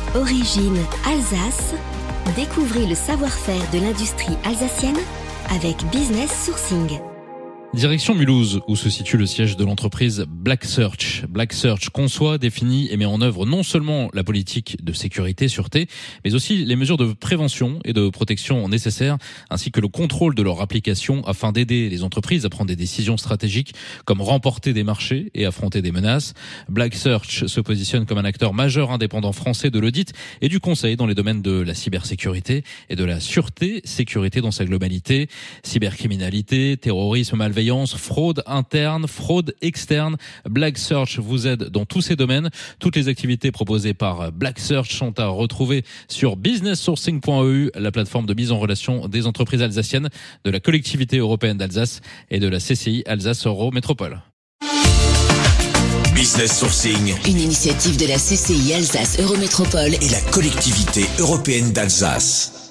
Origine Alsace. Découvrez le savoir-faire de l'industrie alsacienne avec Business Sourcing. Direction Mulhouse, où se situe le siège de l'entreprise Black Search. Black Search conçoit, définit et met en œuvre non seulement la politique de sécurité, sûreté, mais aussi les mesures de prévention et de protection nécessaires, ainsi que le contrôle de leur application afin d'aider les entreprises à prendre des décisions stratégiques comme remporter des marchés et affronter des menaces. Black Search se positionne comme un acteur majeur indépendant français de l'audit et du conseil dans les domaines de la cybersécurité et de la sûreté-sécurité dans sa globalité. Cybercriminalité, terrorisme, malveillance, fraude interne, fraude externe. Black Search vous aide dans tous ces domaines. Toutes les activités proposées par Black Search sont à retrouver sur businesssourcing.eu, la plateforme de mise en relation des entreprises alsaciennes, de la collectivité européenne d'Alsace et de la CCI Alsace Eurométropole. Business Sourcing, une initiative de la CCI Alsace Eurométropole et la collectivité européenne d'Alsace.